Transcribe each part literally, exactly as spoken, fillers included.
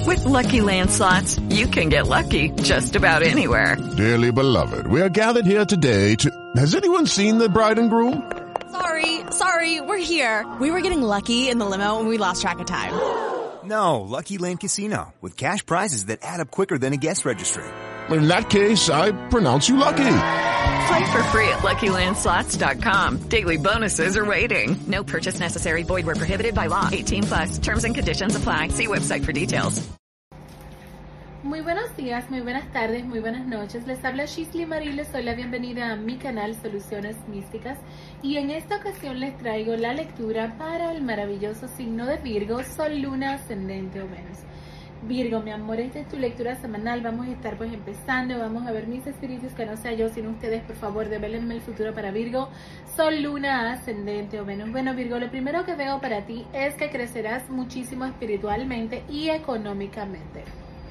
With Lucky Land Slots, you can get lucky just about anywhere. Dearly beloved, we are gathered here today to... Has anyone seen the bride and groom? Sorry, sorry, we're here. We were getting lucky in the limo and we lost track of time. No, Lucky Land Casino, with cash prizes that add up quicker than a guest registry. In that case, I pronounce you lucky. Play for free at Lucky Land Slots dot com. Daily bonuses are waiting. No purchase necessary. Void where prohibited by law. eighteen plus. Terms and conditions apply. See website for details. Muy buenos días, muy buenas tardes, muy buenas noches. Les habla Shisley Marie, les doy la bienvenida a mi canal Soluciones Místicas y en esta ocasión les traigo la lectura para el maravilloso signo de Virgo, Sol, Luna, Ascendente o Venus. Virgo, mi amor, esta es tu lectura semanal. Vamos a estar pues empezando, vamos a ver mis espíritus, que no sea yo sino ustedes, por favor, devélenme el futuro para Virgo, Sol, Luna, Ascendente o Venus. Bueno, Virgo, lo primero que veo para ti es que crecerás muchísimo espiritualmente y económicamente.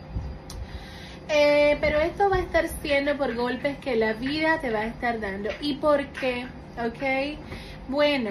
Eh, pero esto va a estar siendo por golpes que la vida te va a estar dando. ¿Y por qué? ¿Ok? Bueno,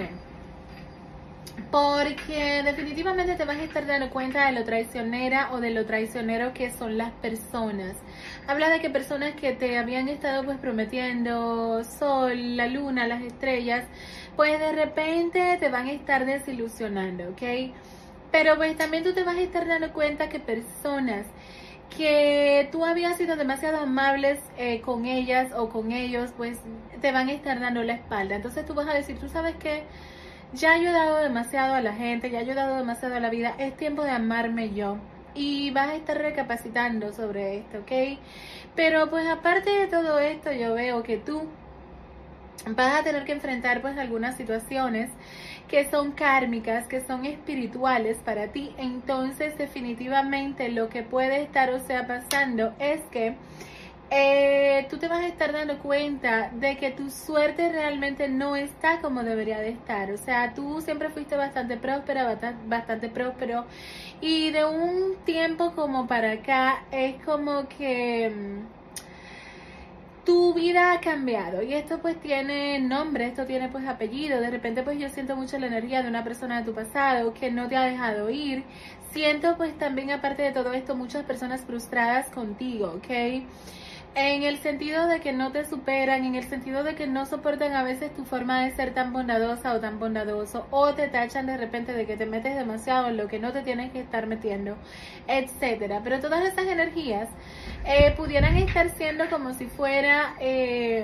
porque definitivamente te vas a estar dando cuenta de lo traicionera o de lo traicionero que son las personas. Habla de que personas que te habían estado pues prometiendo sol, la luna, las estrellas, pues de repente te van a estar desilusionando, ¿ok? Pero pues también tú te vas a estar dando cuenta que personas que tú habías sido demasiado amables eh, con ellas o con ellos, pues te van a estar dando la espalda. Entonces tú vas a decir, tú sabes que ya he ayudado demasiado a la gente, ya he ayudado demasiado a la vida, es tiempo de amarme yo. Y vas a estar recapacitando sobre esto, ¿ok? Pero pues aparte de todo esto, yo veo que tú vas a tener que enfrentar pues algunas situaciones que son kármicas, que son espirituales para ti. Entonces definitivamente lo que puede estar o sea pasando es que eh, tú te vas a estar dando cuenta de que tu suerte realmente no está como debería de estar. O sea, tú siempre fuiste bastante próspera, bastante, bastante próspero, y de un tiempo como para acá es como que tu vida ha cambiado y esto pues tiene nombre, esto tiene pues apellido. De repente pues yo siento mucho la energía de una persona de tu pasado que no te ha dejado ir. Siento pues también, aparte de todo esto, muchas personas frustradas contigo, ¿ok? En el sentido de que no te superan, en el sentido de que no soportan a veces tu forma de ser tan bondadosa o tan bondadoso, o te tachan de repente de que te metes demasiado en lo que no te tienes que estar metiendo, etcétera. Pero todas esas energías eh, pudieran estar siendo como si fuera eh,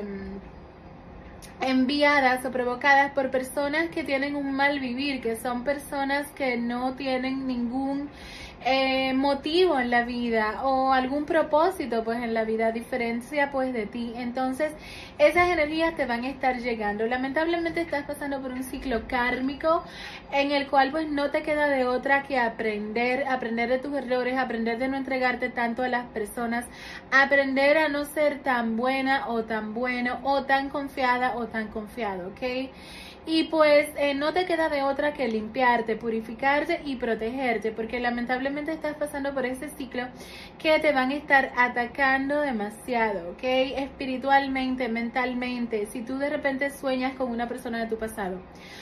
enviadas o provocadas por personas que tienen un mal vivir, que son personas que no tienen ningún Eh, motivo en la vida o algún propósito pues en la vida, a diferencia pues de ti. Entonces esas energías te van a estar llegando. Lamentablemente estás pasando por un ciclo kármico en el cual pues no te queda de otra que aprender, aprender de tus errores, aprender de no entregarte tanto a las personas, aprender a no ser tan buena o tan bueno o tan confiada o tan confiado, ¿ok? Y pues eh, no te queda de otra que limpiarte, purificarte y protegerte, porque lamentablemente estás pasando por ese ciclo que te van a estar atacando demasiado, ¿ok? Espiritualmente, mentalmente. Si tú de repente sueñas con una persona de tu pasado,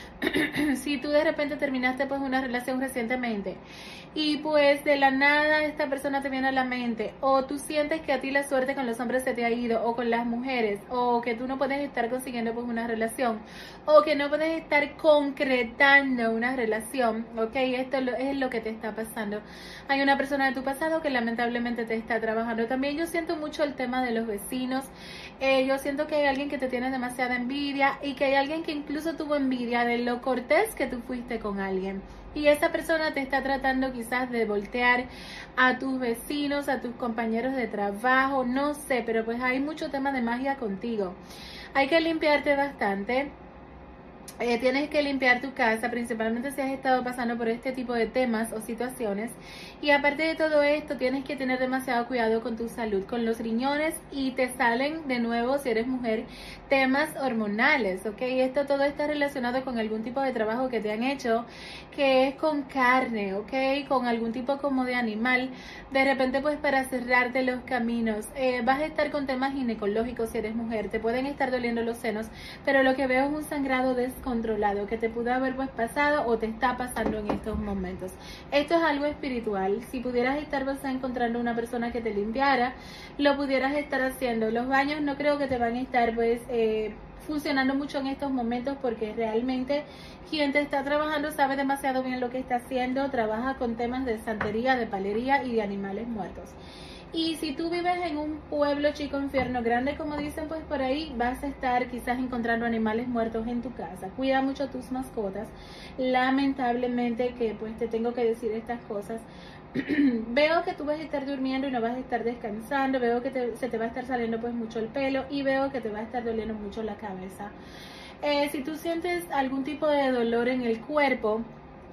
si tú de repente terminaste pues una relación recientemente y pues de la nada esta persona te viene a la mente, o tú sientes que a ti la suerte con los hombres se te ha ido, o con las mujeres, o que tú no puedes estar consiguiendo pues una relación, o que no puedes estar concretando una relación, ok, esto es lo que te está pasando. Hay una persona de tu pasado que lamentablemente te está trabajando. También yo siento mucho el tema de los vecinos. Eh, yo siento que hay alguien que te tiene demasiada envidia, y que hay alguien que incluso tuvo envidia de lo cortés que tú fuiste con alguien. Y esa persona te está tratando quizás de voltear a tus vecinos, a tus compañeros de trabajo, no sé, pero pues hay mucho tema de magia contigo. Hay que limpiarte bastante. Eh, tienes que limpiar tu casa, principalmente si has estado pasando por este tipo de temas o situaciones. Y aparte de todo esto, tienes que tener demasiado cuidado con tu salud, con los riñones, y te salen de nuevo, si eres mujer, temas hormonales, ¿ok? Esto todo está relacionado con algún tipo de trabajo que te han hecho, que es con carne, ¿ok? Con algún tipo como de animal, de repente pues para cerrarte los caminos. Eh, vas a estar con temas ginecológicos si eres mujer, te pueden estar doliendo los senos, pero lo que veo es un sangrado descontrolado. controlado, que te pudo haber pues pasado o te está pasando en estos momentos. Esto es algo espiritual. Si pudieras estar pues encontrando una persona que te limpiara, lo pudieras estar haciendo. Los baños no creo que te van a estar pues eh, funcionando mucho en estos momentos, porque realmente quien te está trabajando sabe demasiado bien lo que está haciendo. Trabaja con temas de santería, de palería y de animales muertos. Y si tú vives en un pueblo chico, infierno grande, como dicen pues por ahí, vas a estar quizás encontrando animales muertos en tu casa. Cuida mucho tus mascotas. Lamentablemente que pues te tengo que decir estas cosas. Veo que tú vas a estar durmiendo y no vas a estar descansando. Veo que te, se te va a estar saliendo pues mucho el pelo, y veo que te va a estar doliendo mucho la cabeza. Eh, si tú sientes algún tipo de dolor en el cuerpo,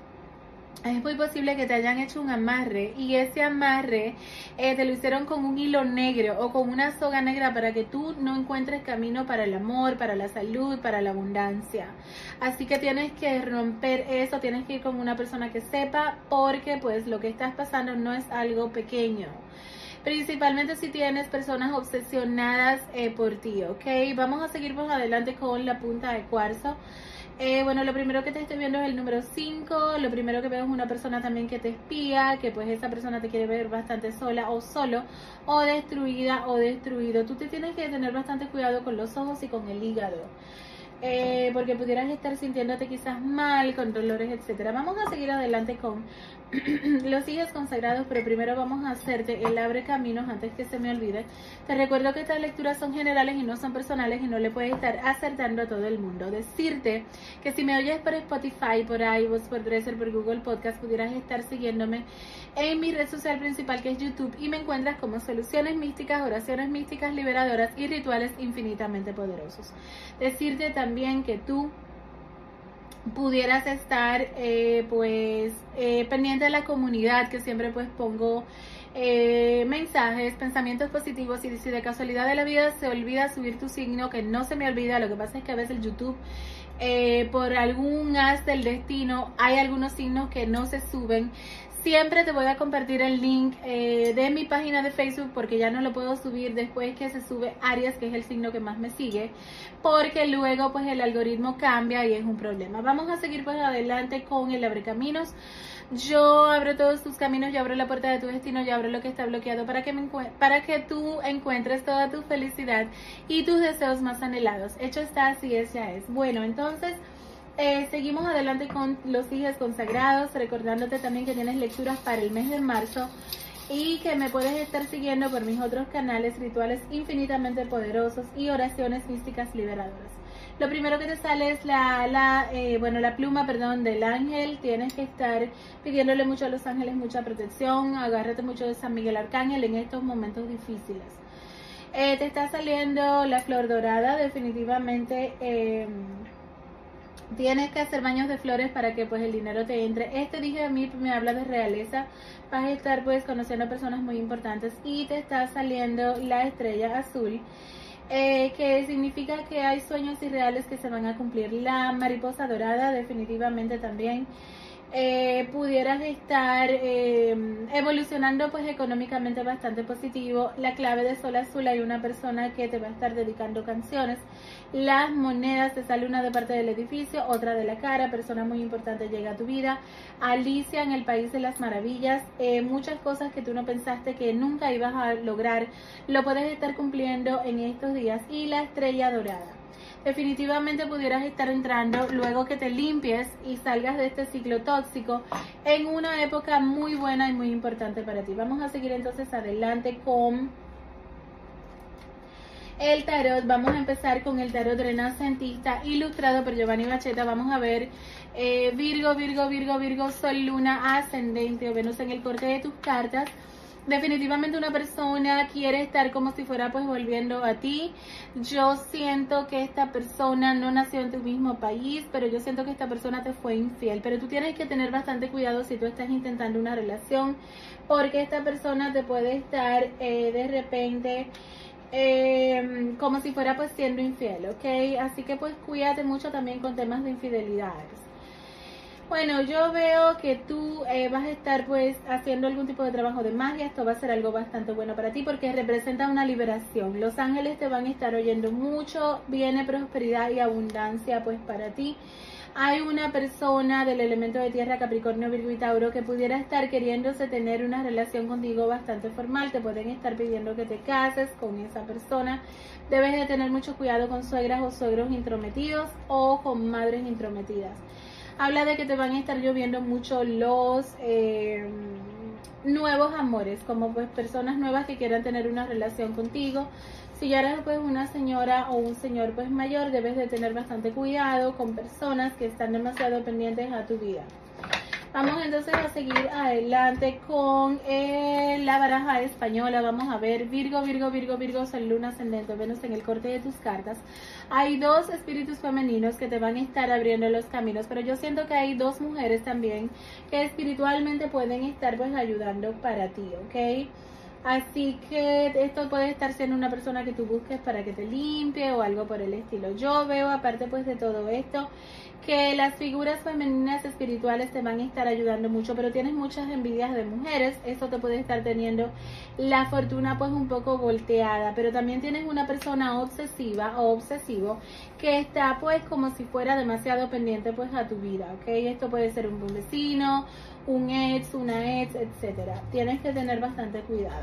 es muy posible que te hayan hecho un amarre, y ese amarre eh, te lo hicieron con un hilo negro o con una soga negra para que tú no encuentres camino para el amor, para la salud, para la abundancia. Así que tienes que romper eso, tienes que ir con una persona que sepa, porque pues lo que estás pasando no es algo pequeño. Principalmente si tienes personas obsesionadas eh, por ti, ¿ok? Vamos a seguir más adelante con la punta de cuarzo. Eh, bueno, lo primero que te estoy viendo es el número cinco. Lo primero que veo es una persona también que te espía, que pues esa persona te quiere ver bastante sola o solo, o destruida o destruido. Tú te tienes que tener bastante cuidado con los ojos y con el hígado, eh, porque pudieras estar sintiéndote quizás mal, con dolores, etcétera. Vamos a seguir adelante con los hijos consagrados, pero primero vamos a hacerte el abre caminos antes que se me olvide. Te recuerdo que estas lecturas son generales y no son personales, y no le puedes estar acertando a todo el mundo. Decirte que si me oyes por Spotify, por iVoox, por Dresser, por Google Podcast, pudieras estar siguiéndome en mi red social principal, que es YouTube, y me encuentras como Soluciones Místicas, Oraciones Místicas Liberadoras y Rituales Infinitamente Poderosos. Decirte también que tú pudieras estar eh, pues eh, pendiente de la comunidad, que siempre pues pongo eh, mensajes, pensamientos positivos, y si de casualidad de la vida se olvida subir tu signo, que no se me olvida. Lo que pasa es que a veces el YouTube eh, por algún haz del destino hay algunos signos que no se suben. Siempre te voy a compartir el link eh, de mi página de Facebook, porque ya no lo puedo subir después que se sube Aries, que es el signo que más me sigue, porque luego pues el algoritmo cambia y es un problema. Vamos a seguir pues adelante con el abre caminos. Yo abro todos tus caminos, yo abro la puerta de tu destino, yo abro lo que está bloqueado para que, me para que tú encuentres toda tu felicidad y tus deseos más anhelados. Hecho está, así es, ya es. Bueno, entonces Eh, seguimos adelante con los hijos consagrados, recordándote también que tienes lecturas para el mes de marzo, y que me puedes estar siguiendo por mis otros canales, Rituales Infinitamente Poderosos y Oraciones Místicas Liberadoras. Lo primero que te sale es la, la eh, bueno, la pluma, perdón, del ángel. Tienes que estar pidiéndole mucho a los ángeles mucha protección. Agárrate mucho de San Miguel Arcángel en estos momentos difíciles. Eh, te está saliendo la flor dorada, definitivamente. Eh, Tienes que hacer baños de flores para que pues el dinero te entre. Este dije a mí me habla de realeza. Vas a estar pues conociendo a personas muy importantes, y te está saliendo la estrella azul, eh, que significa que hay sueños irreales que se van a cumplir. La mariposa dorada, definitivamente también. Eh, pudieras estar eh, evolucionando pues económicamente bastante positivo. La clave de sol azul, hay una persona que te va a estar dedicando canciones. Las monedas, te sale una de parte del edificio, otra de la cara. Persona muy importante llega a tu vida. Alicia en el País de las Maravillas. Eh, muchas cosas que tú no pensaste que nunca ibas a lograr, lo puedes estar cumpliendo en estos días. Y la estrella dorada, definitivamente pudieras estar entrando, luego que te limpies y salgas de este ciclo tóxico, en una época muy buena y muy importante para ti. Vamos a seguir entonces adelante con el tarot. Vamos a empezar con el tarot renacentista, ilustrado por Giovanni Bachetta. Vamos a ver eh, Virgo, Virgo, Virgo, Virgo, Sol, Luna, Ascendente o Venus en el corte de tus cartas. Definitivamente una persona quiere estar como si fuera pues volviendo a ti. Yo siento que esta persona no nació en tu mismo país, pero yo siento que esta persona te fue infiel. Pero tú tienes que tener bastante cuidado si tú estás intentando una relación, porque esta persona te puede estar eh, de repente eh, como si fuera pues siendo infiel, ¿ok? Así que pues cuídate mucho también con temas de infidelidades. Bueno, yo veo que tú eh, vas a estar pues haciendo algún tipo de trabajo de magia. Esto va a ser algo bastante bueno para ti porque representa una liberación. Los ángeles te van a estar oyendo mucho. Viene prosperidad y abundancia pues para ti. Hay una persona del elemento de tierra, Capricornio, Virgo y Tauro, que pudiera estar queriéndose tener una relación contigo bastante formal. Te pueden estar pidiendo que te cases con esa persona. Debes de tener mucho cuidado con suegras o suegros intrometidos o con madres intrometidas. Habla de que te van a estar lloviendo mucho los eh, nuevos amores, como pues personas nuevas que quieran tener una relación contigo. Si ya eres pues una señora o un señor pues mayor, debes de tener bastante cuidado con personas que están demasiado pendientes a tu vida. Vamos entonces a seguir adelante con eh, la baraja española. Vamos a ver Virgo, Virgo, Virgo, Virgo, Sol, Luna, Ascendente, Venus en el corte de tus cartas. Hay dos espíritus femeninos que te van a estar abriendo los caminos, pero yo siento que hay dos mujeres también que espiritualmente pueden estar pues ayudando para ti, ¿ok? Así que esto puede estar siendo una persona que tú busques para que te limpie o algo por el estilo. Yo veo, aparte pues de todo esto, que las figuras femeninas espirituales te van a estar ayudando mucho, pero tienes muchas envidias de mujeres. Eso te puede estar teniendo la fortuna pues un poco volteada, pero también tienes una persona obsesiva o obsesivo que está pues como si fuera demasiado pendiente pues a tu vida, ¿ok? Esto puede ser un buen vecino, un ex, una ex, etcétera. Tienes que tener bastante cuidado.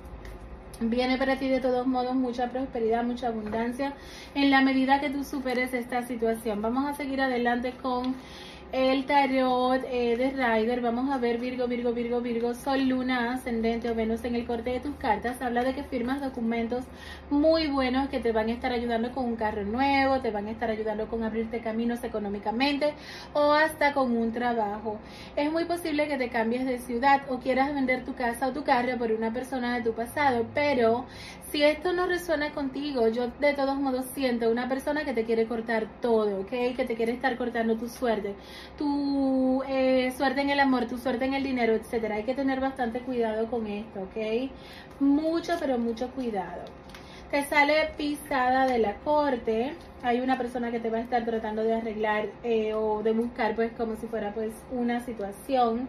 Viene para ti de todos modos mucha prosperidad, mucha abundancia en la medida que tú superes esta situación. Vamos a seguir adelante con el tarot eh, de Rider. Vamos a ver Virgo, Virgo, Virgo, Virgo, Sol, Luna, Ascendente o Venus en el corte de tus cartas. Habla de que firmas documentos muy buenos que te van a estar ayudando con un carro nuevo, te van a estar ayudando con abrirte caminos económicamente o hasta con un trabajo. Es muy posible que te cambies de ciudad o quieras vender tu casa o tu carro por una persona de tu pasado, pero si esto no resuena contigo, yo de todos modos siento una persona que te quiere cortar todo, ¿ok? Que te quiere estar cortando tu suerte, tu eh, suerte en el amor, tu suerte en el dinero, etcétera. Hay que tener bastante cuidado con esto, ¿ok? Mucho, pero mucho cuidado. Te sale pisada de la corte. Hay una persona que te va a estar tratando de arreglar eh, o de buscar pues como si fuera pues una situación.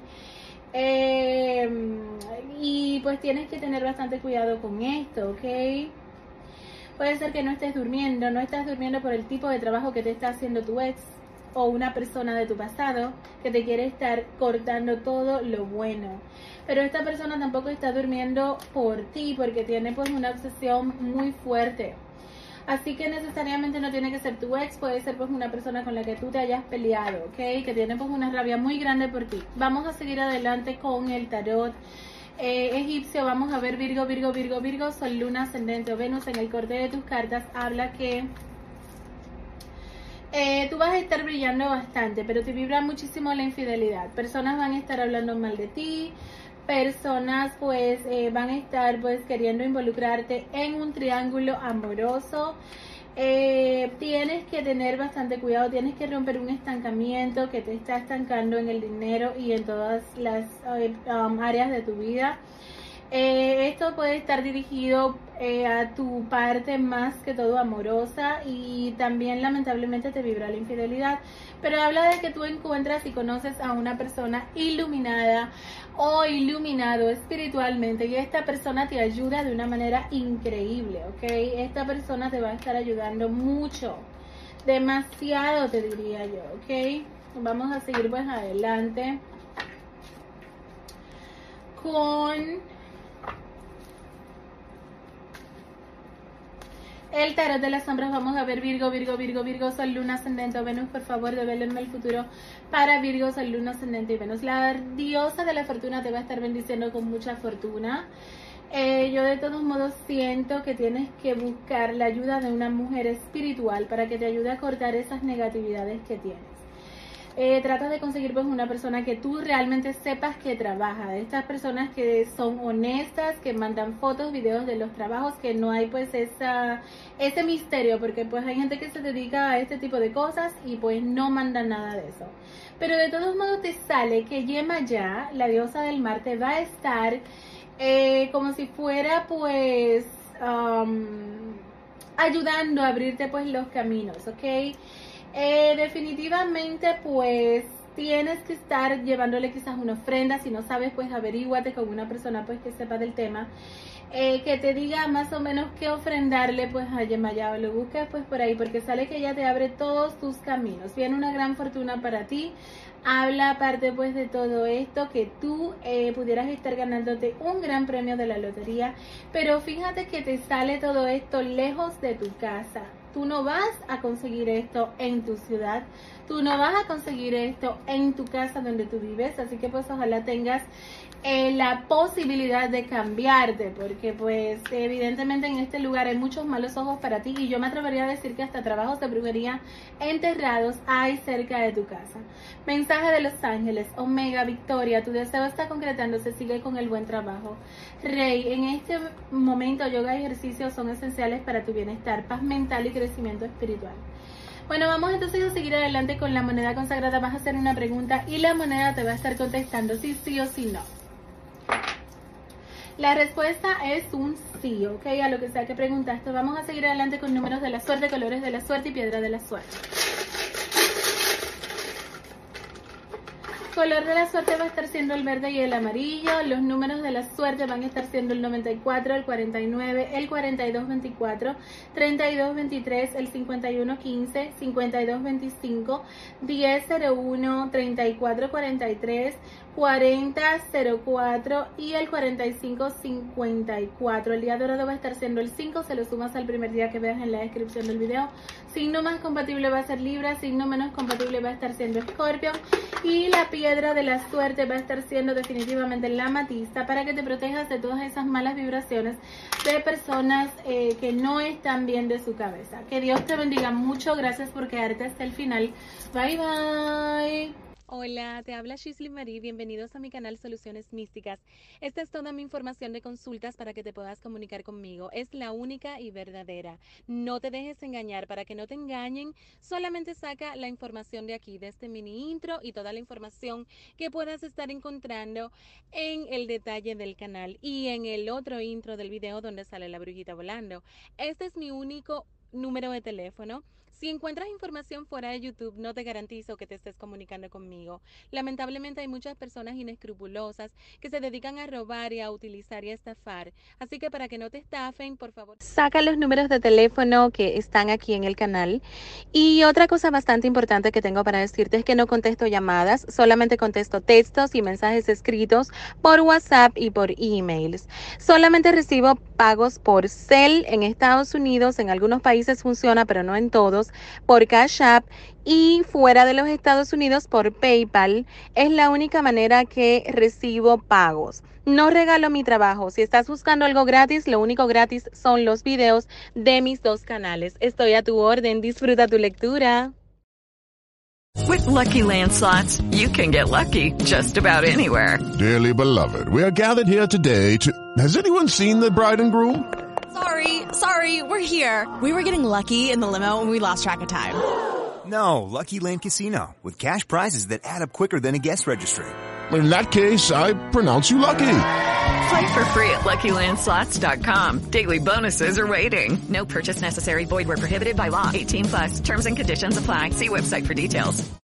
Eh, y pues tienes que tener bastante cuidado con esto, ¿ok? Puede ser que no estés durmiendo, no estás durmiendo por el tipo de trabajo que te está haciendo tu ex o una persona de tu pasado que te quiere estar cortando todo lo bueno. Pero esta persona tampoco está durmiendo por ti porque tiene pues una obsesión muy fuerte. Así que necesariamente no tiene que ser tu ex, puede ser pues una persona con la que tú te hayas peleado, ¿ok? Que tiene pues una rabia muy grande por ti. Vamos a seguir adelante con el tarot eh, egipcio. Vamos a ver Virgo, Virgo, Virgo, Virgo, Sol, Luna, Ascendente o Venus en el corte de tus cartas. Habla que eh, tú vas a estar brillando bastante, pero te vibra muchísimo la infidelidad. Personas van a estar hablando mal de ti. Personas pues eh, van a estar pues queriendo involucrarte en un triángulo amoroso. Eh, tienes que tener bastante cuidado, tienes que romper un estancamiento que te está estancando en el dinero y en todas las eh, um, áreas de tu vida. Eh, esto puede estar dirigido eh, a tu parte más que todo amorosa y también lamentablemente te vibra la infidelidad, pero habla de que tú encuentras y conoces a una persona iluminada o iluminado espiritualmente y esta persona te ayuda de una manera increíble, ¿ok? Esta persona te va a estar ayudando mucho, demasiado te diría yo, ¿ok? Vamos a seguir pues adelante con el tarot de las sombras. Vamos a ver Virgo, Virgo, Virgo, Virgo, Sol, Luna, Ascendente o Venus. Por favor, devélenme el futuro para Virgo, Sol, Luna, Ascendente y Venus. La diosa de la fortuna te va a estar bendiciendo con mucha fortuna. Eh, yo de todos modos siento que tienes que buscar la ayuda de una mujer espiritual para que te ayude a cortar esas negatividades que tienes. Eh, trata de conseguir pues una persona que tú realmente sepas que trabaja, de estas personas que son honestas, que mandan fotos, videos de los trabajos, que no hay pues esa, ese misterio, porque pues hay gente que se dedica a este tipo de cosas y pues no mandan nada de eso. Pero de todos modos te sale que Yemayá, la diosa del mar, te va a estar eh, como si fuera pues um, ayudando a abrirte pues los caminos, ¿ok? Eh, definitivamente pues tienes que estar llevándole quizás una ofrenda. Si no sabes, pues averíguate con una persona pues que sepa del tema, eh, que te diga más o menos qué ofrendarle pues a Yemayá, o lo busques pues por ahí, porque sale que ella te abre todos tus caminos. Viene una gran fortuna para ti. Habla aparte pues de todo esto que tú eh, pudieras estar ganándote un gran premio de la lotería, pero fíjate que te sale todo esto lejos de tu casa. Tú no vas a conseguir esto en tu ciudad, tú no vas a conseguir esto en tu casa donde tú vives, así que pues ojalá tengas eh, la posibilidad de cambiarte, porque pues evidentemente en este lugar hay muchos malos ojos para ti, y yo me atrevería a decir que hasta trabajos de brujería enterrados hay cerca de tu casa. Mensaje de los ángeles: Omega, Victoria, tu deseo está concretándose, sigue con el buen trabajo. Rey, en este momento yoga y ejercicio son esenciales para tu bienestar, paz mental y crecimiento espiritual. Bueno, vamos entonces a seguir adelante con la moneda consagrada. Vas a hacer una pregunta y la moneda te va a estar contestando si sí o si no. La respuesta es un sí, ok, a lo que sea que preguntaste. Vamos a seguir adelante con números de la suerte, colores de la suerte y piedra de la suerte. Color de la suerte va a estar siendo el verde y el amarillo. Los números de la suerte van a estar siendo el noventa y cuatro, el cuarenta y nueve, el cuarenta y dos veinticuatro, treinta y dos veintitrés, el cincuenta y uno quince, cincuenta y dos veinticinco, diez cero uno, treinta y cuatro cuarenta y tres, cuarenta cero cuatro y el cuarenta y cinco cincuenta y cuatro. El día dorado va a estar siendo el cinco, se lo sumas al primer día que veas en la descripción del video. Signo más compatible va a ser Libra, signo menos compatible va a estar siendo Escorpio, y la piedra de la suerte va a estar siendo definitivamente la amatista, para que te protejas de todas esas malas vibraciones de personas eh, que no están bien de su cabeza. Que Dios te bendiga mucho, gracias por quedarte hasta el final. Bye bye. Hola, te habla Shisley Marie, bienvenidos a mi canal Soluciones Místicas. Esta es toda mi información de consultas para que te puedas comunicar conmigo. Es la única y verdadera. No te dejes engañar, para que no te engañen. Solamente saca la información de aquí, de este mini intro, y toda la información que puedas estar encontrando en el detalle del canal y en el otro intro del video donde sale la brujita volando. Este es mi único número de teléfono. Si encuentras información fuera de YouTube, no te garantizo que te estés comunicando conmigo. Lamentablemente hay muchas personas inescrupulosas que se dedican a robar y a utilizar y a estafar. Así que para que no te estafen, por favor, saca los números de teléfono que están aquí en el canal. Y otra cosa bastante importante que tengo para decirte es que no contesto llamadas, solamente contesto textos y mensajes escritos por WhatsApp y por emails. Solamente recibo pagos por Zelle en Estados Unidos, en algunos países funciona, pero no en todos, por Cash App, y fuera de los Estados Unidos por PayPal. Es la única manera que recibo pagos. No regalo mi trabajo. Si estás buscando algo gratis, lo único gratis son los videos de mis dos canales. Estoy a tu orden. Disfruta tu lectura. With Lucky Land Slots, you can get lucky just about anywhere. Dearly beloved, we are gathered here today to... Has anyone seen the bride and groom? Sorry, sorry, we're here. We were getting lucky in the limo and we lost track of time. No, Lucky Land Casino, with cash prizes that add up quicker than a guest registry. In that case, I pronounce you lucky. Play for free at Lucky Land Slots dot com. Daily bonuses are waiting. No purchase necessary. Void where prohibited by law. eighteen plus. Terms and conditions apply. See website for details.